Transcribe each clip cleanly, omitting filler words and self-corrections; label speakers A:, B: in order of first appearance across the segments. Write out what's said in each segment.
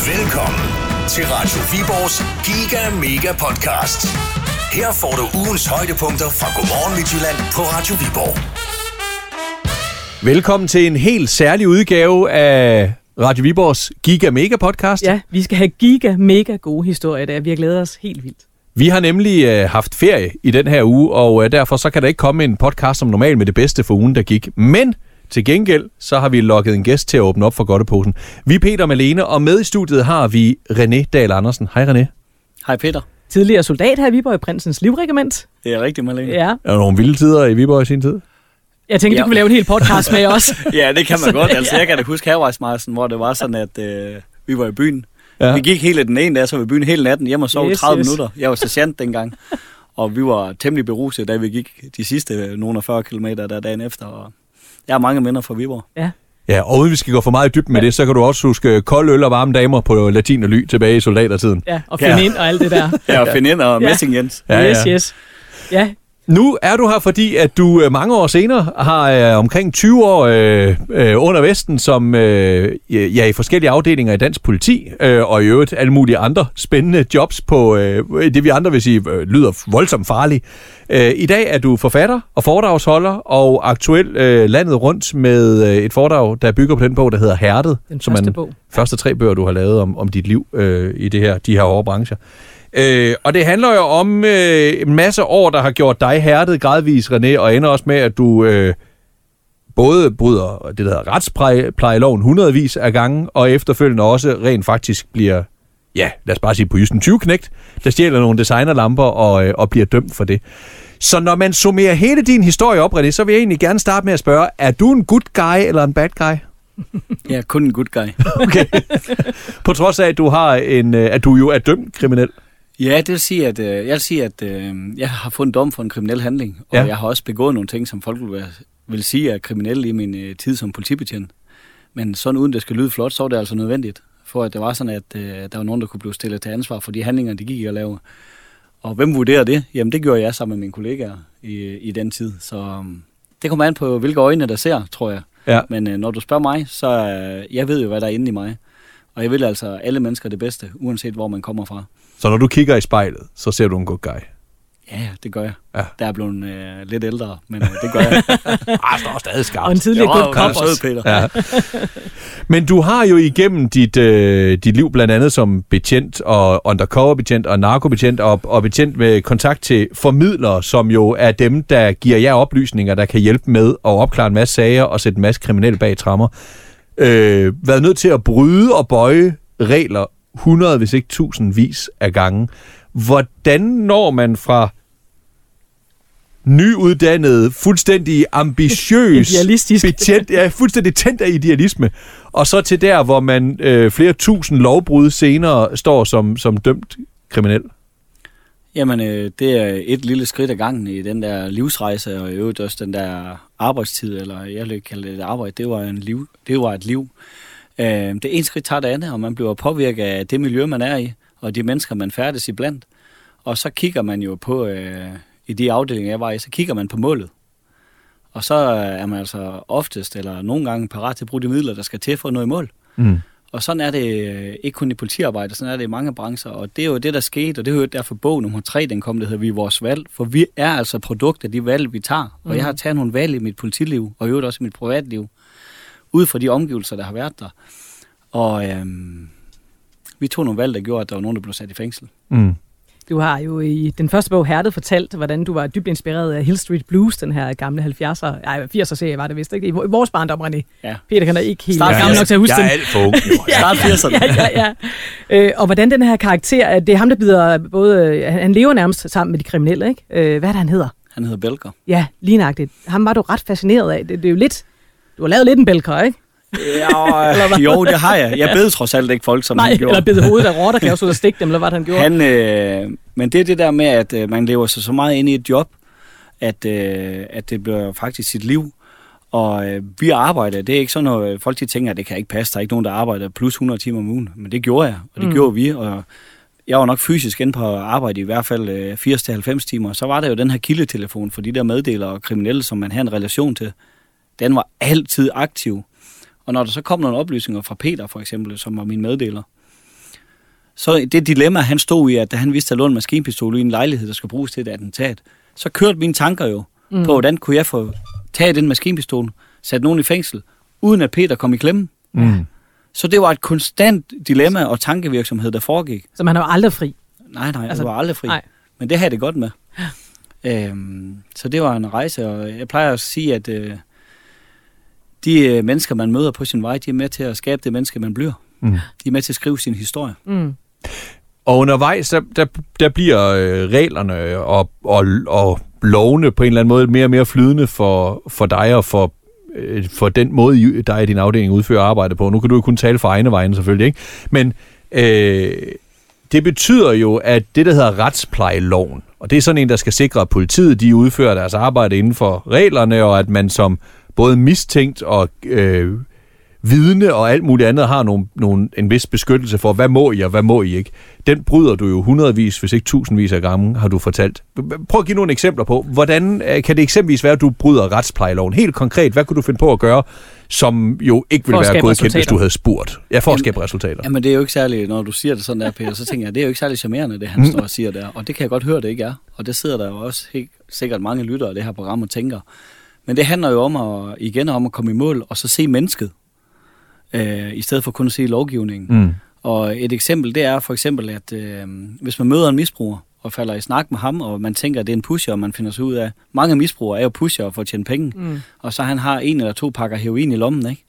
A: Velkommen til Radio Viborgs Giga Mega Podcast. Her får du ugens højdepunkter fra Godmorgen Midtjylland på Radio Viborg.
B: Velkommen til en helt særlig udgave af Radio Viborgs Giga Mega Podcast.
C: Ja, vi skal have giga mega gode historier i dag. Vi har glædet os helt vildt.
B: Vi har nemlig haft ferie i den her uge, og derfor så kan der ikke komme en podcast som normalt med det bedste for ugen, der gik. Men til gengæld, så har vi lukket en gæst til at åbne op for godteposen. Vi er Peter Malene, og med i studiet har vi René Dahl Andersen. Hej René.
D: Hej Peter.
C: Tidligere soldat her i Viborg i Prinsens Livregiment.
D: Det er rigtigt, Malene.
C: Ja.
B: Er der nogle vilde tider i Viborg i sin tid?
C: Jeg tænkte, du kunne lave en hel podcast med os.
D: Ja, det kan man godt. Altså, jeg kan da huske Havvejsmarsen, hvor det var sådan, at vi var i byen. Ja. Vi gik hele den ene dag, så var vi i byen hele natten. Hjemme og sov 30 minutter. Jeg var sergeant dengang. Og vi var temmelig beruset, da vi gik de sidste nogle 40 kilometer der dagen efter. Og jeg har mange minder fra Viborg.
C: Ja.
B: Ja, og uden vi skal gå for meget i dybden med det, så kan du også huske kold øl og varme damer på latin og ly tilbage i soldatertiden.
C: Ja, og finde ind og alt det der.
D: Ja, og finde ind og Messing Jens.
C: Yes. Ja.
B: Nu er du her, fordi at du mange år senere har omkring 20 år under Vesten som i forskellige afdelinger i dansk politi, og i øvrigt alle mulige andre spændende jobs på det, vi andre vil sige lyder voldsomt farligt. I dag er du forfatter og foredragsholder, og aktuelt landet rundt med et foredrag, der bygger på den bog, der hedder Hærdet.
C: Den første bog.
B: Første 3 bøger, du har lavet om dit liv i de her hårde brancher. Og det handler jo om en masse år, der har gjort dig hærdet gradvis, René, og ender også med, at du både bryder det, der hedder retsplejeloven hundredvis af gange, og efterfølgende også rent faktisk bliver, ja, lad os bare sige på jysk, en 20-knægt, der stjæler nogle designerlamper og bliver dømt for det. Så når man summerer hele din historie op, René, så vil jeg egentlig gerne starte med at spørge, er du en good guy eller en bad guy?
D: Ja, kun en good guy.
B: Okay. På trods af, at du har at du jo er dømt kriminel.
D: Ja, det vil sige, at jeg har fået en dom for en kriminel handling, og jeg har også begået nogle ting, som folk vil sige er kriminelle i min tid som politibetjent. Men sådan uden det skal lyde flot, så var det altså nødvendigt, for at det var sådan, at der var nogen, der kunne blive stillet til ansvar for de handlinger, de gik at lave. Og hvem vurderer det? Jamen, det gjorde jeg sammen med mine kollegaer i den tid. Så det kommer an på, hvilke øjne der ser, tror jeg. Ja. Men når du spørger mig, så jeg ved jo, hvad der er inde i mig. Og jeg vil altså alle mennesker det bedste, uanset hvor man kommer fra.
B: Så når du kigger i spejlet, så ser du en good guy?
D: Ja, det gør jeg. Ja. Der er blevet lidt ældre, men det gør jeg.
B: Står stadig skarpt.
C: Og en tidligere good cop også.
D: Peter.
B: Ja. Men du har jo igennem dit liv blandt andet som betjent og undercover-betjent og narkobetjent og betjent med kontakt til formidlere, som jo er dem, der giver jer oplysninger, der kan hjælpe med at opklare en masse sager og sætte en masse kriminelle bag tremmer. Været nødt til at bryde og bøje regler 100, hvis ikke tusindvis af gange. Hvordan når man fra nyuddannet, fuldstændig ambitiøs betjent, fuldstændig tændt af idealisme, og så til der, hvor man flere tusind lovbrud senere står som dømt kriminel?
D: Jamen, det er et lille skridt ad gangen i den der livsrejse, og i øvrigt også den der arbejdstid, eller jeg vil kalde det arbejde, det var et liv. Det ene skridt tager det andet, og man bliver påvirket af det miljø, man er i, og de mennesker, man færdes iblandt. Og så kigger man jo på, i de afdelinger, jeg var i, så kigger man på målet. Og så er man altså oftest, eller nogle gange parat til at bruge de midler, der skal til for at nå i mål. Mm. Og sådan er det ikke kun i politiarbejde, sådan er det i mange brancher. Og det er jo det, der skete, og det er jo derfor bog nummer 3, den kom, det hedder Vi er vores valg. For vi er altså produkt af de valg, vi tager. Og jeg har taget nogle valg i mit politiliv, og i øvrigt også i mit privatliv, ud fra de omgivelser, der har været der. Og vi tog nogle valg, der gjorde, at der var nogen, der blev sat i fængsel. Mm.
C: Du har jo i den første bog, Hærdet, fortalt, hvordan du var dybt inspireret af Hill Street Blues, den her gamle 80'er-serie, var det vist ikke? I vores barndom, René. Ja. Peter kan da ikke helt gammel nok til at huske den.
B: Jeg er alt for ung.
D: Start 80'erne.
C: Ja. Og hvordan den her karakter, det er ham, der bider både... Han lever nærmest sammen med de kriminelle, ikke? Hvad er det, han hedder?
D: Han hedder Belker.
C: Ja, lignagtigt. Ham var du ret fascineret af. Det er jo lidt... Du har lavet lidt en Belker, ikke?
D: Ja, jo, det har jeg. Jeg bed trods alt ikke folk, som han gjorde.
C: Eller bed hovedet af rotter, kan jeg også ud og stikke dem, eller hvad han gjorde.
D: Men det er det der med, at man lever sig så meget ind i et job, at det bliver faktisk sit liv. Og vi arbejder, det er ikke sådan noget, folk de tænker, at det kan ikke passe, der er ikke nogen, der arbejder plus 100 timer om ugen. Men det gjorde jeg, og det gjorde vi, og jeg var nok fysisk inde på arbejde i hvert fald 80-90 timer. Så var der jo den her kildetelefon for de der meddelere og kriminelle, som man havde en relation til. Den var altid aktiv. Og når der så kom nogle oplysninger fra Peter, for eksempel, som var min meddeler, Så det dilemma, han stod i, at da han vidste, at der lå en maskinpistol i en lejlighed, der skulle bruges til et attentat, så kørte mine tanker jo på, hvordan kunne jeg få taget den maskinpistol, sat nogen i fængsel, uden at Peter kom i klemme. Så det var et konstant dilemma og tankevirksomhed, der foregik.
C: Så man er jo aldrig fri?
D: Nej, altså, det var aldrig fri. Nej. Men det havde det godt med. Så det var en rejse, og jeg plejer at sige, at de mennesker, man møder på sin vej, de er med til at skabe det menneske, man bliver. De er med til at skrive sin historie.
B: Og undervejs, der bliver reglerne og lovene på en eller anden måde mere og mere flydende for dig og for den måde, dig og din afdeling udfører arbejde på. Nu kan du jo kun tale for egne vegne selvfølgelig, ikke? Men det betyder jo, at det, der hedder retsplejeloven, og det er sådan en, der skal sikre, at politiet de udfører deres arbejde inden for reglerne, og at man som både mistænkt og vidne og alt muligt andet har en vis beskyttelse for, hvad må I og hvad må I ikke. Den bryder du jo hundredvis, hvis ikke tusindvis af gange, har du fortalt. Prøv at give nogle eksempler på, hvordan kan det eksempelvis være, at du bryder retsplejeloven? Helt konkret, hvad kunne du finde på at gøre, som jo ikke ville være godkendt, hvis du havde spurgt? Ja, for at skabe resultater.
D: Jamen det er jo ikke særligt, når du siger det sådan der, Peter, så tænker jeg, det er jo ikke særlig charmerende, det han står og siger der. Og det kan jeg godt høre, det ikke er. Og det sidder der jo også helt sikkert mange lyttere af det her program og tænker. Men det handler jo om at komme i mål og så se mennesket. I stedet for kun at se lovgivningen. Og et eksempel, det er for eksempel, at hvis man møder en misbruger og falder i snak med ham, og man tænker, at det er en pusher, og man finder sig ud af, mange misbrugere er jo pusher for at tjene penge, og så han har 1 eller 2 pakker heroin i lommen, ikke?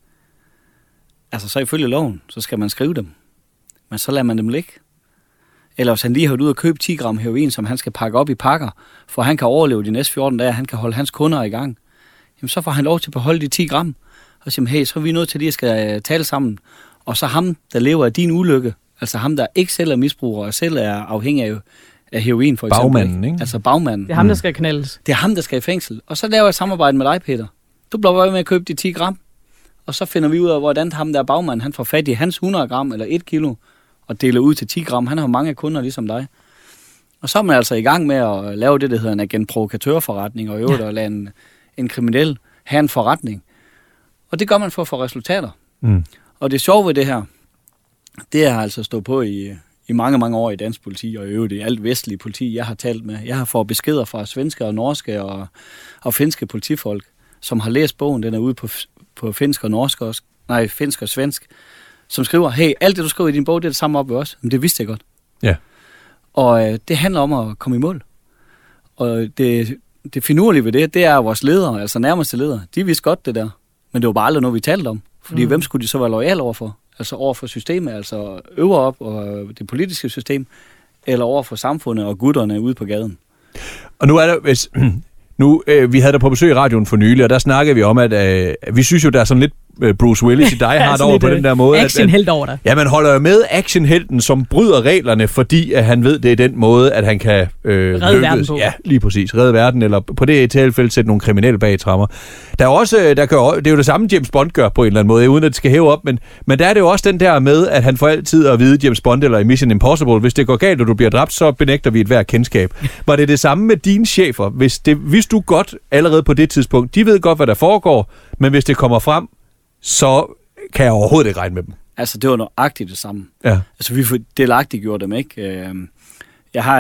D: Altså så ifølge loven, så skal man skrive dem. Men så lader man dem ligge. Eller hvis han lige har været ude og købe 10 gram heroin, som han skal pakke op i pakker, for han kan overleve de næste 14 dage, han kan holde hans kunder i gang, jamen så får han lov til at beholde de 10 gram. Og siger, hey, så er vi nødt til, at de skal tale sammen. Og så ham, der lever af din ulykke, altså ham, der ikke selv er misbruger og selv er afhængig af heroin, for eksempel.
B: Bagmanden, ikke?
D: Altså bagmanden.
C: Det er ham, der skal knaldes.
D: Det er ham, der skal i fængsel. Og så laver jeg et samarbejde med dig, Peter. Du bliver bare med at købe de 10 gram. Og så finder vi ud af, hvordan ham der bagmand, han får fat i hans 100 gram eller 1 kilo, og deler ud til 10 gram. Han har mange kunder ligesom dig. Og så er man altså i gang med at lave det, der hedder en agent-provokatørforretning, og i øvrigt at lade en kriminel have en forretning. Og det gør man for at få resultater. Og det sjove ved det her, det er altså stå på i mange, mange år i dansk politi, og i øvrigt i alt vestlige politi, jeg har talt med. Jeg har fået beskeder fra svenske og norske og finske politifolk, som har læst bogen, den er ude på finsk og norsk også, finsk og svensk, som skriver, hey, alt det du skriver i din bog, det er det samme op ved os. Men det vidste jeg godt.
B: Ja.
D: Og det handler om at komme i mål. Og det finurlige ved det er vores ledere, altså nærmeste ledere, de vidste godt det der. Men det var bare aldrig noget, vi talte om. Fordi hvem skulle de så være loyale overfor? Altså overfor systemet, altså øvre op og det politiske system, eller overfor samfundet og gutterne ude på gaden.
B: Og nu er der, vi havde der på besøg i radioen for nylig, og der snakkede vi om, at vi synes jo, der er sådan lidt Bruce Willis i Die Hard over på den der måde.
C: Actionhelt over det.
B: Ja, man holder jo med actionhelten, som bryder reglerne, fordi at han ved, det er den måde, at han kan
C: redde verden på.
B: Ja, lige præcis. Redde verden, eller på det tilfælde sætte nogle kriminelle bag trammer. Der er også, det er jo det samme, James Bond gør på en eller anden måde, uden at det skal hæve op, men der er det jo også den der med, at han får altid at vide James Bond eller i Mission Impossible, hvis det går galt, og du bliver dræbt, så benægter vi et hver kendskab. Var det samme med dine chefer? Hvis du godt allerede på det tidspunkt, de ved godt, hvad der foregår, men hvis det kommer frem, så kan jeg overhovedet ikke regne med dem.
D: Altså, det var nøjagtigt det samme.
B: Ja.
D: Altså, vi delagtigt gjorde dem, ikke? Jeg har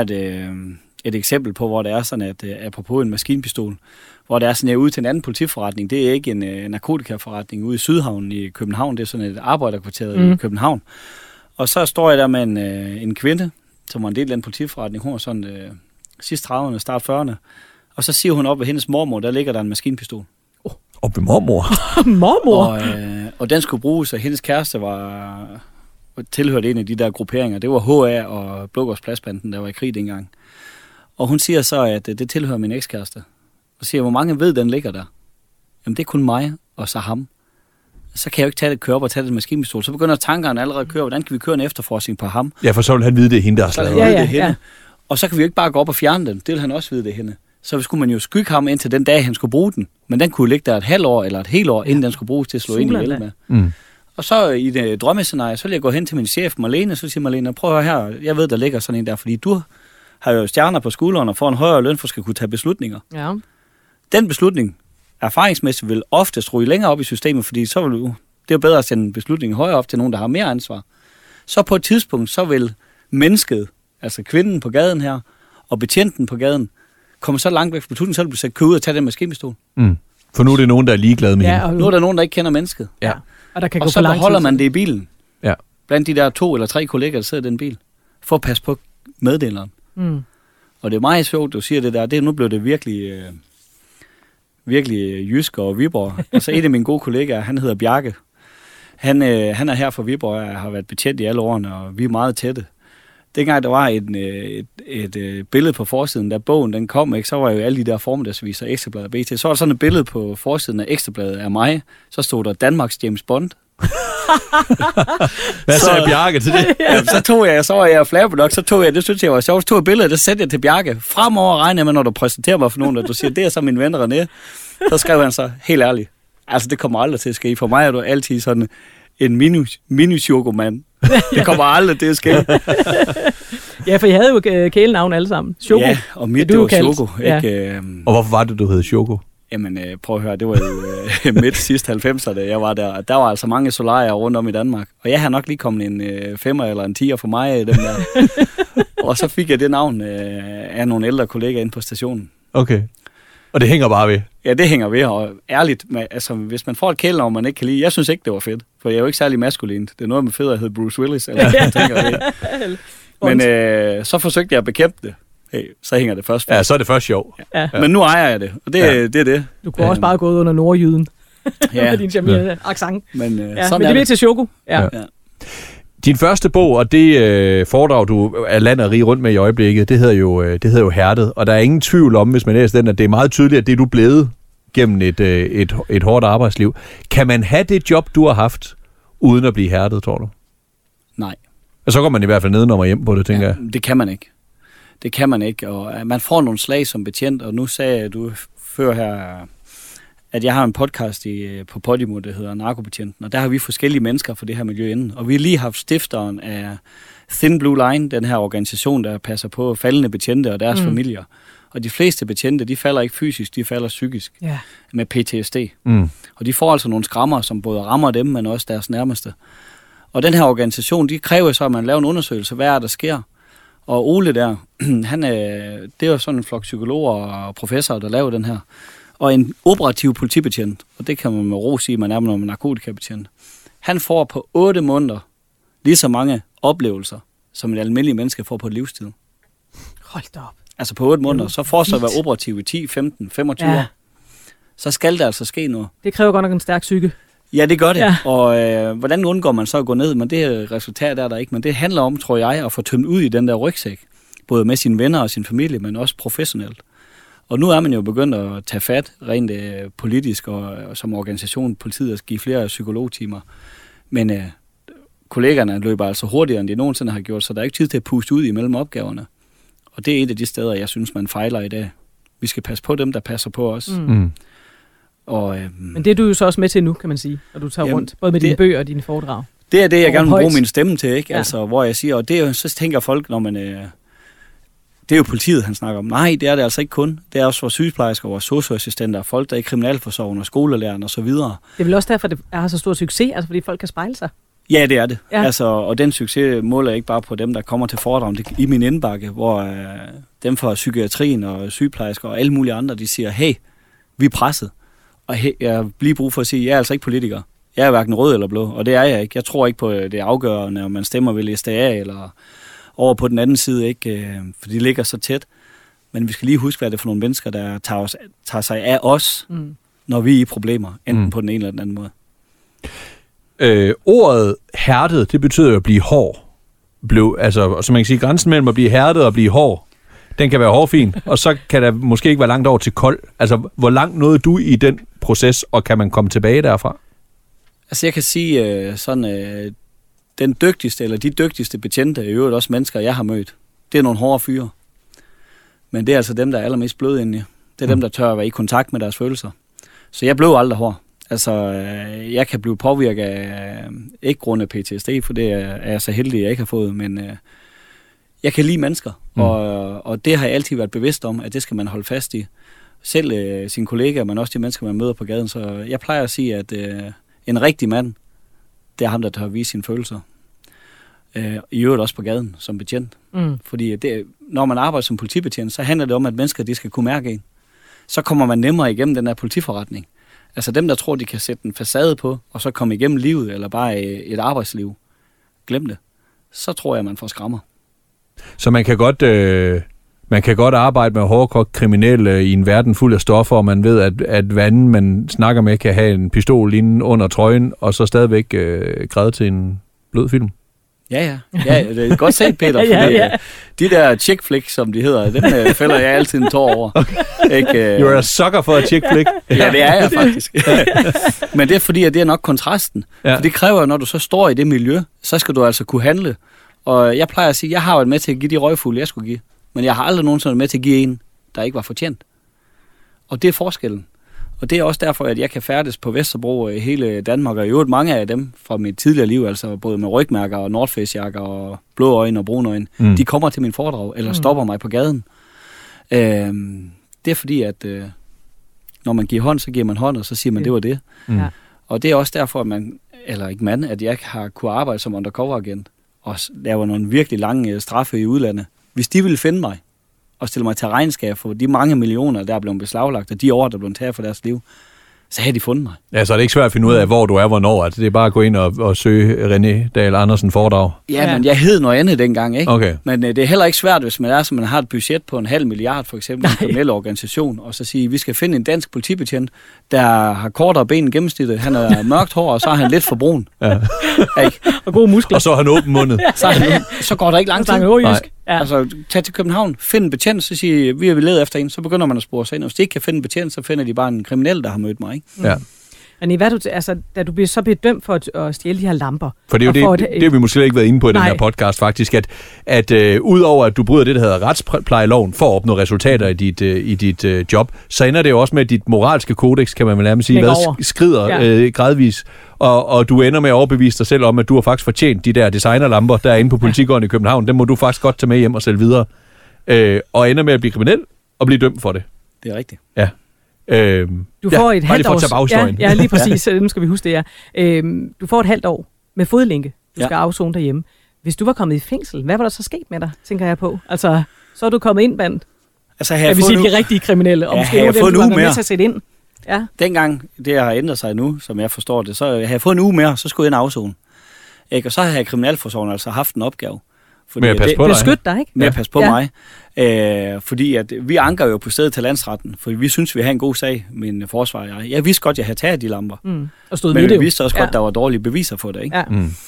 D: et eksempel på, hvor det er sådan, at apropos en maskinpistol, hvor det er sådan, at jeg er ude til en anden politiforretning. Det er ikke en narkotikaforretning ude i Sydhavnen i København. Det er sådan et arbejderkvarter i København. Og så står jeg der med en kvinde, som var en del af en politiforretning. Hun var sådan sidst 30'erne, start 40'erne. Og så siger hun op ved hendes mormor, der ligger der en maskinpistol.
B: Og ved mormor.
C: Mormor?
D: Og den skulle bruges, og hendes kæreste var tilhørte en af de der grupperinger. Det var HA og Blågårdspladsbanden, der var i krig dengang. Og hun siger så, at det tilhører min ekskæreste. Og siger, hvor mange ved, den ligger der? Jamen, det er kun mig og så ham. Så kan jeg jo ikke køre op og tage det maskinpistol. Så begynder tankerne allerede at køre. Hvordan kan vi køre en efterforskning på ham?
B: Ja, for så vil han vide, det er hende, der har slaget.
C: Ja.
D: Og så kan vi jo ikke bare gå op og fjerne den. Det vil han også vide, det er hende. Så skulle man jo skygge ham indtil den dag, han skulle bruge den. Men den kunne ligge der et halvt år eller et helt år, inden den skulle bruges til at slå ind i ihjel med. Og så i det drømmescenarie, så vil jeg gå hen til min chef Marlene, så siger Marlene, prøv at høre her, jeg ved, der ligger sådan en der, fordi du har jo stjerner på skulderen og får en højere løn for at skal kunne tage beslutninger.
C: Ja.
D: Den beslutning, erfaringsmæssigt, vil oftest ryge længere op i systemet, fordi så vil det er jo bedre at sende beslutningen højere op til nogen, der har mere ansvar. Så på et tidspunkt, så vil mennesket, altså kvinden på gaden her, og betjenten på gaden, kommer så langt væk fra beslutningen, så vil du så køre ud og tage den maskinpistol.
B: For nu er det nogen, der er ligeglade med hende.
D: Nu er der nogen, der ikke kender mennesket.
B: Ja.
C: Og, der kan
D: og
C: gå
D: så beholder man det i bilen.
B: Ja.
D: Blandt de der 2 eller 3 kolleger, der sidder i den bil. For at passe på meddeleren. Og det er meget sjovt, du siger det der. Nu blev det virkelig jysk og Viborg. Altså en af mine gode kollegaer, han hedder Bjarke. Han er her fra Viborg og har været betjent i alle årene, og vi er meget tætte. Dengang der var et billede på forsiden, da bogen den kom, ikke, så var jo alle de der formiddagsviser, Ekstrabladet og BT. Så var der sådan et billede på forsiden af Ekstrabladet af mig. Så stod der Danmarks James Bond.
B: Hvad sagde Bjarke til det?
D: Ja, så var jeg flabbe nok, det synes jeg var sjovt. Så tog jeg billedet, det satte jeg til Bjarke. Fremover regner jeg med, når du præsenterer mig for nogen, og du siger, det er så min ven René. Så skrev han så, helt ærligt, altså det kommer aldrig til at ske. For mig er du altid sådan en mini-chokomand. Det kommer aldrig til at ske.
C: Ja, for I havde jo kælenavn alle sammen. Choco.
D: Ja, og mit det var Choco. Ikke?
B: Og hvorfor var det, du hed Choco?
D: Jamen, prøv at høre, det var jo midt sidst 90'erne, jeg var der. Der var altså mange solarier rundt om i Danmark. Og jeg har nok lige kommet en 5'er eller en 10'er for mig i den der. Og så fik jeg det navn af nogle ældre kollegaer inde på stationen.
B: Okay. Og det hænger bare ved?
D: Ja, det hænger ved, og ærligt, altså, hvis man får et kælenavn, man ikke kan lide, jeg synes ikke, det var fedt, for jeg er jo ikke særlig maskulint. Det er noget med fedt at hedde Bruce Willis, eller jeg tænker det. Men så forsøgte jeg at bekæmpe det. Hey, så hænger det først.
B: Ja, så er det først sjov.
D: Ja. Men nu ejer jeg det, og det er det.
C: Du kunne også bare gå ud under nordjyden.
D: Ja.
C: Med din charmerende accent.
D: Men
C: men det bliver til Choco. Ja.
B: Din første bog, og det foredrag, du er land og rige rundt med i øjeblikket, det hedder jo Hærdet. Og der er ingen tvivl om, hvis man læser den, at det er meget tydeligt, at det er du blevet gennem et hårdt arbejdsliv. Kan man have det job, du har haft, uden at blive hærdet, tror du?
D: Nej.
B: Og så går man i hvert fald nedenom og hjem på det, tænker jeg.
D: Det kan man ikke. Det kan man ikke, og man får nogle slag som betjent, og nu sagde du før her, at jeg har en podcast på Podimo, der hedder Narkobetjenten, og der har vi forskellige mennesker for det her miljø inden. Og vi har lige haft stifteren af Thin Blue Line, den her organisation, der passer på faldende betjente og deres familier. Og de fleste betjente, de falder ikke fysisk, de falder psykisk med PTSD. Og de får altså nogle skrammer, som både rammer dem, men også deres nærmeste. Og den her organisation, de kræver så, at man laver en undersøgelse, hvad er der sker. Og Ole der, det er jo sådan en flok psykologer og professorer, der laver den her. Og en operativ politibetjent, og det kan man med ro sige, man er med en narkotikabetjent. Han får på 8 måneder lige så mange oplevelser, som en almindelig menneske får på et livstid.
C: Hold da op.
D: Altså på 8 måneder, så får så at være operativ i 10, 15, 25 år. Så skal der altså ske noget.
C: Det kræver godt nok en stærk psyke.
D: Ja, det gør det. Ja. Og hvordan undgår man så at gå ned? Men det resultat er der ikke. Men det handler om, tror jeg, at få tømt ud i den der rygsæk. Både med sine venner og sin familie, men også professionelt. Og nu er man jo begyndt at tage fat rent politisk og som organisation, politiet at give flere psykologtimer. Men kollegerne løber altså hurtigere, end de nogensinde har gjort, så der er ikke tid til at puste ud imellem opgaverne. Og det er et af de steder, jeg synes, man fejler i dag. Vi skal passe på dem, der passer på os. Og,
C: men det er du jo så også med til nu, kan man sige, og du tager rundt, både med dine bøger og dine foredrag.
D: Det er det, jeg gerne vil bruge min stemme til, ikke? Ja. Altså, hvor jeg siger, og det er jo, så tænker folk, når man... det er jo politiet, han snakker om. Nej, det er det altså ikke kun. Det er også vores sygeplejersker, vores socioassistenter, folk, der er i kriminalforsorgen og skolelærerne og så videre.
C: Det er vel også derfor, det har så stor succes, altså fordi folk kan spejle sig.
D: Ja, det er det. Ja. Altså, og den succes måler jeg ikke bare på dem, der kommer til foredrag i min indbakke, hvor dem fra psykiatrien og sygeplejersker og alle mulige andre, de siger, hey, vi er presset. Og jeg har lige brug for at sige, jeg er altså ikke politiker. Jeg er hverken rød eller blå, og det er jeg ikke. Jeg tror ikke på det afgørende, om man stemmer ved SDA eller over på den anden side, ikke, for de ligger så tæt. Men vi skal lige huske, hvad det er for nogle mennesker, der tager sig af os, når vi er i problemer, enten på den ene eller den anden måde.
B: Ordet hærdet, det betyder jo at blive hård. Altså, som man kan sige, grænsen mellem at blive hærdet og blive hård, den kan være hårfin, og så kan der måske ikke være langt over til kold. Altså, hvor langt nåede du i den proces, og kan man komme tilbage derfra?
D: Altså, jeg kan sige den dygtigste, eller de dygtigste betjente, er jo også mennesker, jeg har mødt. Det er nogle hårde fyre. Men det er altså dem, der er allermest blødindende. Det er dem, der tør at være i kontakt med deres følelser. Så jeg blev aldrig hård. Altså, jeg kan blive påvirket af, ikke grund af PTSD, for det er jeg så heldig, jeg ikke har fået, men jeg kan lide mennesker, og det har jeg altid været bevidst om, at det skal man holde fast i. Selv sine kollegaer, men også de mennesker, man møder på gaden. Så jeg plejer at sige, at en rigtig mand, det er ham, der tør vise sine følelser. I øvrigt også på gaden som betjent. Fordi når man arbejder som politibetjent, så handler det om, at mennesker de skal kunne mærke en. Så kommer man nemmere igennem den her politiforretning. Altså dem, der tror, de kan sætte en facade på, og så komme igennem livet, eller bare et arbejdsliv. Glem det. Så tror jeg, man får skrammer.
B: Så man kan godt arbejde med hårdkogt kriminelle i en verden fuld af stoffer, og man ved, at hvad anden man snakker med kan have en pistol inde under trøjen, og så stadigvæk græde til en blød film.
D: Ja, det er godt set, Peter, fordi de der chick flick, som de hedder, dem fælder jeg altid en tår over. Ikke,
B: You're a sucker for a chick flick.
D: Ja, det er jeg faktisk. Men det er fordi, at det er nok kontrasten. Ja. For det kræver, at når du så står i det miljø, så skal du altså kunne handle. Og jeg plejer at sige, at jeg har været med til at give de røgfulde, jeg skulle give. Men jeg har aldrig nogensinde været med til at give en, der ikke var fortjent. Og det er forskellen. Og det er også derfor, at jeg kan færdes på Vesterbro i hele Danmark, og i øvrigt mange af dem fra mit tidligere liv, altså både med rygmærker og North Face-jakker og blå øjne og brune øjne, de kommer til min foredrag, eller stopper mig på gaden. Det er fordi, at når man giver hånd, så giver man hånd, og så siger man, det var det. Og det er også derfor, at jeg har kunnet arbejde som undercover-agent, og lave nogle virkelig lange straffe i udlandet. Hvis de ville finde mig, og stille mig til regnskab for de mange millioner, der er blevet beslaglagt, og de år, der er blevet taget for deres liv, så havde de fundet mig. Ja,
B: så er det ikke svært at finde ud af, hvor du er, hvornår. Altså, det er bare at gå ind og søge René Dahl Andersen foredrag.
D: Ja, men jeg hed noget andet dengang, ikke?
B: Okay.
D: Men det er heller ikke svært, hvis man har et budget på 500 million, for eksempel, en kriminel organisation, og så sige, vi skal finde en dansk politibetjent, der har kortere ben end gennemsnittet. Han er mørkt hår, og så er han lidt for brun. Ja.
C: Og gode muskler.
B: Og så er han åben mundet.
D: Så går der ikke lang tid. Ja. Altså, tag til København, find en betjent, så siger vi har ledet efter en, så begynder man at spore sig ind. Og hvis de ikke kan finde en betjent, så finder de bare en kriminel, der har mødt mig, ikke?
B: Ja.
C: René, da du bliver dømt for at stjæle de her lamper...
B: For det er jo det har vi måske ikke været inde på i den her podcast, faktisk, at udover at du bryder det, der hedder retsplejeloven, for at opnå resultater i dit job, så ender det jo også med, at dit moralske kodex, kan man vel nærmest sige, skrider gradvis, og du ender med at overbevise dig selv om, at du har faktisk fortjent de der designerlamper, der er inde på Politigården i København. Dem må du faktisk godt tage med hjem og sælge videre. Og ender med at blive kriminel og blive dømt for det.
D: Det er rigtigt.
B: Ja.
C: Du får et halvt år. Ja, lige præcis. Nu skal vi huske det her. Du får et halvt år med fodlænke. Du skal afzone derhjemme. Hvis du var kommet i fængsel, hvad var der så sket med dig, tænker jeg på? Altså, så er du kommet ind blandt, jeg vil sige, de rigtige kriminelle, og måske nogle af dem, du har været med til at sætte ind. Ja. Dengang
D: det har ændret sig nu, som jeg forstår det, så har jeg fået en uge mere, så skulle jeg ind afzone. Og så har jeg kriminalforsorgen altså haft en opgave.
B: Med at passe på dig.
C: Beskytte dig, ikke?
D: Med at passe på mig. Fordi at vi anker jo på stedet til landsretten, for vi synes, vi har en god sag, min forsvar og jeg. Jeg vidste godt, jeg havde taget de lamper.
C: Og stod
D: men
C: ved det.
D: Vi vidste også godt, der var dårlige beviser for det, ikke?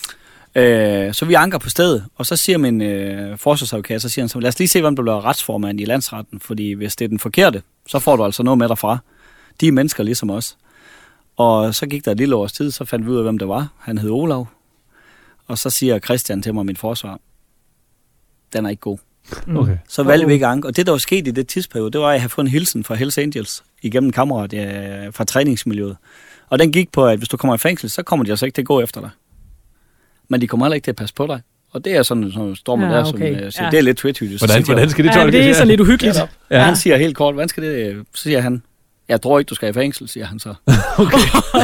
D: Ja. Så vi anker på stedet, og så siger min forsvarsadvokat, så siger han så, lad os lige se, hvem der bliver retsformand i landsretten, fordi hvis det er den forkerte, så får du altså noget med derfra. De er mennesker ligesom os. Og så gik der et lille års tid, så fandt vi ud af, hvem det var. Han hed Olav. Og så siger Christian til mig, min forsvar, den er ikke god.
B: Okay.
D: Så valgte vi ikke anke. Og det, der var sket i det tidsperiode, det var, at jeg havde fået en hilsen fra Hells Angels igennem kammerat fra træningsmiljøet. Og den gik på, at hvis du kommer i fængsel, så kommer de altså ikke til at gå efter dig. Men de kommer heller ikke til at passe på dig. Og det er sådan stormen der, som jeg siger, det er lidt tvetydigt.
B: Hvordan skal det tolkes?
C: Det er så lidt uhyggeligt.
D: Ja. Han siger helt kort, hvordan skal det? Så siger han, jeg tror ikke, du skal i fængsel, siger han så.
B: Okay.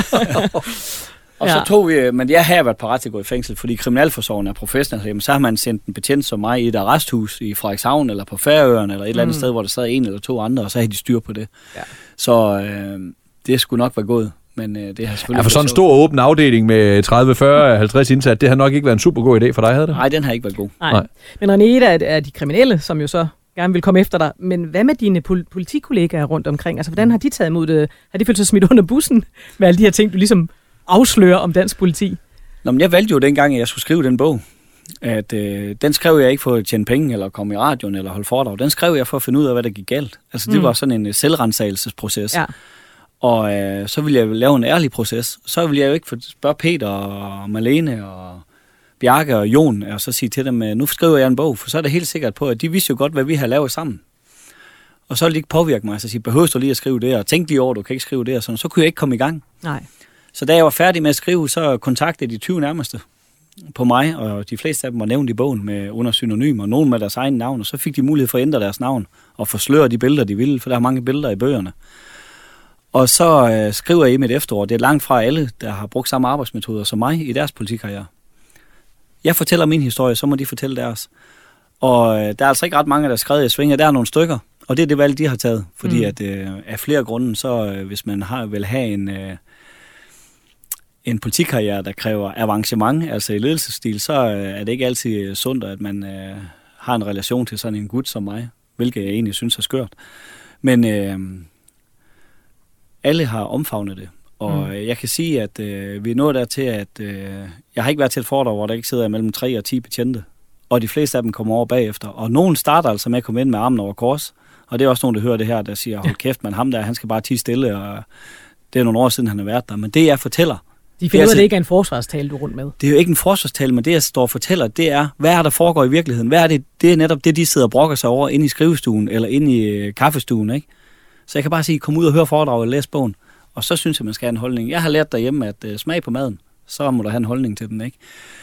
D: Og så tog vi, men jeg har været parat til at gå i fængsel, fordi kriminalforsorgen er professionel. Så har man sendt en betjent som mig i et arresthus i Frederikshavn, eller på Færøerne, eller et eller andet sted, hvor der sad en eller to andre, og så havde de styr på det. Ja. Så det skulle nok være gået. Men det har selvfølgelig...
B: for sådan en stor åben afdeling med 30, 40, 50 indsat, det har nok ikke været en super god idé for dig, havde det?
D: Nej, den har ikke været god.
C: Nej. Men René, er de kriminelle, som jo så gerne vil komme efter dig. Men hvad med dine politikollegaer rundt omkring? Altså, hvordan har de taget imod det? Har de følt sig smidt under bussen med alle de her ting, du ligesom afslører om dansk politi?
D: Nå, men jeg valgte jo dengang, at jeg skulle skrive den bog, at den skrev jeg ikke for at tjene penge, eller komme i radioen, eller holde foredrag. Den skrev jeg for at finde ud af, hvad der gik galt. Altså, det var sådan en selvrensagelsesproces. Ja. Og så ville jeg lave en ærlig proces. Så ville jeg jo ikke spørge Peter og Malene og Bjarke og Jon, og så sige til dem, nu skriver jeg en bog, for så er det helt sikkert på, at de vidste jo godt, hvad vi har lavet sammen. Og så ville de ikke påvirke mig, så sige, behøver du lige at skrive det, og tænk lige over, du kan ikke skrive det, og sådan. Så kunne jeg ikke komme i gang.
C: Nej.
D: Så da jeg var færdig med at skrive, så kontaktede de 20 nærmeste på mig, og de fleste af dem var nævnt i bogen under synonymer, nogen med deres egen navn, og så fik de mulighed for at ændre deres navn og forsløre de billeder, de ville, for der er mange billeder i bøgerne. Og så skriver jeg i mit efterår, det er langt fra alle, der har brugt samme arbejdsmetoder som mig i deres politikkarriere. Jeg fortæller min historie, så må de fortælle deres. Og der er altså ikke ret mange, der er skrevet i svinger. Der er nogle stykker, og det er det valg, de har taget. Fordi at af flere grunde, så hvis man vil have en politikkarriere, der kræver avancement, altså i ledelsesstil, så er det ikke altid sundt, at man har en relation til sådan en gut som mig, hvilket jeg egentlig synes er skørt. Men alle har omfavnet det. Og jeg kan sige, at vi er nået dertil, at jeg har ikke været til et foredrag, hvor der ikke sidder mellem 3 og 10 betjente. Og de fleste af dem kommer over bagefter. Og nogen starter altså med at komme ind med armen over kors. Og det er også nogen, der hører det her, der siger, hold kæft, man ham der, han skal bare tie stille. Og det er nogle år siden, han har været der. Men det, jeg fortæller...
C: De finder ud af, at det ikke er en forsvarstale, du er rundt med.
D: Det er jo ikke en forsvarstale, men det, jeg står og fortæller, det er, hvad er der foregår i virkeligheden? Hvad er det? Det er netop det, de sidder og brokker sig over inde i skrivestuen, eller inde i kaffestuen, ikke? Så jeg kan bare sige, kom ud og hør foredraget og læs bogen. Og så synes jeg, man skal have en holdning. Jeg har lært derhjemme, at smag på maden, så må du have en holdning til den, ikke?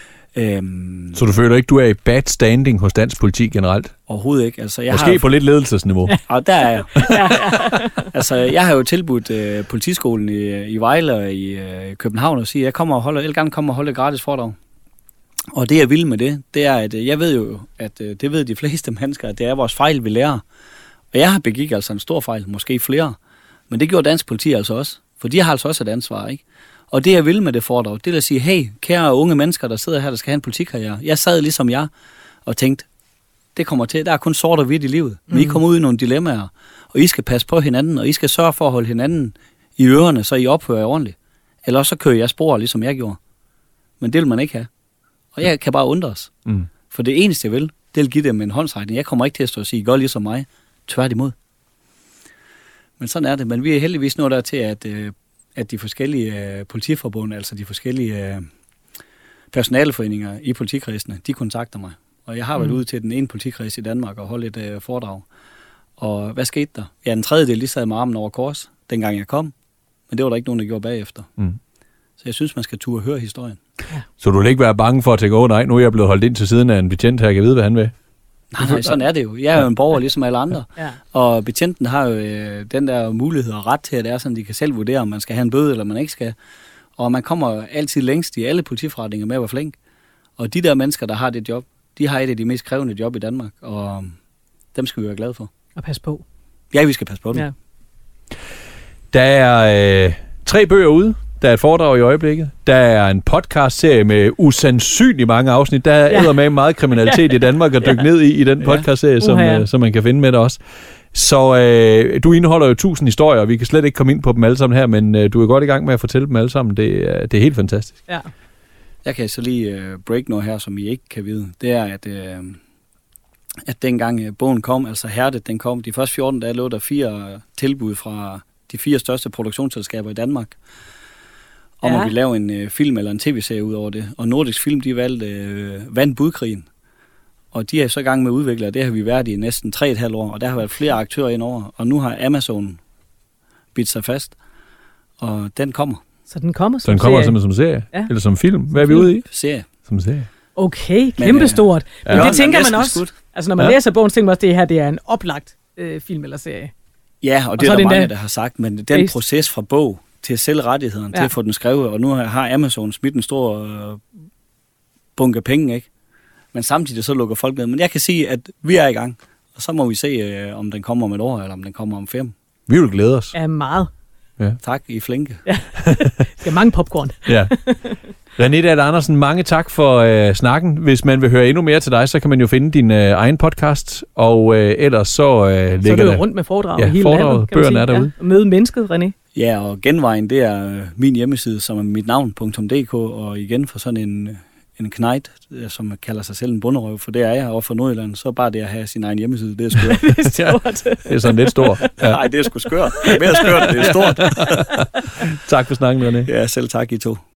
B: Så du føler ikke, du er i bad standing hos dansk politi generelt?
D: Overhovedet ikke. Altså,
B: måske på lidt ledelsesniveau.
D: Og der er jeg. Altså, jeg har jo tilbudt politiskolen i Vejle og i København og sige, at jeg gerne kommer og holde et gratis foredrag. Og det, jeg vil med det er, at jeg ved jo, at det ved de fleste mennesker, at det er vores fejl, vi lærer. Og jeg har begik altså en stor fejl, måske flere. Men det gjorde dansk politi altså også. For de har altså også et ansvar, ikke? Og det, jeg vil med det foredrag, det er at sige, hey, kære unge mennesker, der sidder her, der skal have en politikkarriere. Jeg sad ligesom jeg og tænkte, det kommer til, der er kun sort og hvidt i livet. Men I kommer ud i nogle dilemmaer, og I skal passe på hinanden, og I skal sørge for at holde hinanden i ørerne, så I opfører jer ordentligt. Eller så kører jeg spor, ligesom jeg gjorde. Men det vil man ikke have. Og jeg kan bare undres. For det eneste, jeg vil give dem en håndsrækning. Jeg kommer ikke til at stå og sige, gør ligesom mig. Tværtimod. Men sådan er det. Men vi er heldigvis nået der til, at de forskellige politiforbund, altså de forskellige personaleforeninger i politikredsene, de kontakter mig. Og jeg har været ude til den ene politikreds i Danmark og holdt et foredrag. Og hvad skete der? Ja, en tredjedel, de sad med armen over kors, dengang jeg kom. Men det var der ikke nogen, der gjorde bagefter. Så jeg synes, man skal turde høre historien.
B: Ja. Så du vil ikke være bange for at tænke, nej, nu er jeg blevet holdt ind til siden af en betjent her, jeg kan vide, hvad han vil?
D: Nej, sådan er det jo. Jeg er jo en borger ligesom alle andre. Ja. Og betjenten har jo den der mulighed og ret til, at det er sådan, de kan selv vurdere, om man skal have en bøde, eller man ikke skal. Og man kommer altid længst i alle politiforretninger med at være flink. Og de der mennesker, der har det job, de har et af de mest krævende job i Danmark. Og dem skal vi være glade for.
C: Og passe på.
D: Ja, vi skal passe på dem. Ja.
B: Der er 3 bøger ude. Der er et foredrag i øjeblikket. Der er en podcast-serie med usandsynligt mange afsnit. Der er med meget kriminalitet i Danmark at dykke ned i den podcast-serie, som man kan finde med det også. Så du indeholder jo 1000 historier, og vi kan slet ikke komme ind på dem alle sammen her, men du er godt i gang med at fortælle dem alle sammen. Det er helt fantastisk.
D: Ja. Jeg kan så lige break noget her, som I ikke kan vide. Det er, at dengang bogen kom, altså Hærdet, den kom, de første 14 dage lå der 4 tilbud fra de 4 største produktionsselskaber i Danmark, om at vi lave en film eller en tv-serie ud over det. Og Nordisk Film, de valgte vandt budkrigen. Og de er så i gang med at udvikle, og det har vi været i næsten 3,5 år. Og der har været flere aktører indover. Og nu har Amazon bidt sig fast. Og den kommer.
C: Så den kommer som
B: serie? Så den kommer simpelthen som serie? Ja. Eller som film? Hvad er vi ude i?
D: Serie.
B: Som serie.
C: Okay, kæmpestort. Men det tænker man også. Altså når man læser bogen, tænker man også, at det her det er en oplagt film eller serie.
D: Ja, og det er der mange, der har sagt. Men den proces fra bog til at sælge rettighederne, til at få den skrevet, og nu har Amazon smidt en stor bunke penge, ikke? Men samtidig så lukker folk ned. Men jeg kan sige, at vi er i gang, og så må vi se, om den kommer om et år, eller om den kommer om 5.
B: Vi vil glæde os.
C: Ja, meget.
B: Ja.
D: Tak, I er flinke.
C: Ja. Skal mange popcorn.
B: Ja. René Dahl Andersen, mange tak for snakken. Hvis man vil høre endnu mere til dig, så kan man jo finde din egen podcast, og ellers så ligger
C: så er du rundt med foredrag i hele
B: landet, bøgerne er derude.
C: Ja. Møde mennesket, René.
D: Ja, og Genvejen, det er min hjemmeside, som er mitnavn.dk, og igen for sådan en knejt, som kalder sig selv en bunderøv, for det er jeg over for Nordjylland, så bare det at have sin egen hjemmeside, det er skørt.
C: Det er stort.
B: Det er sådan lidt stort.
D: Ja. Nej, det er sgu skørt. Det er mere skørt, det er stort.
B: Tak for snakken, René.
D: Ja, selv tak, I to.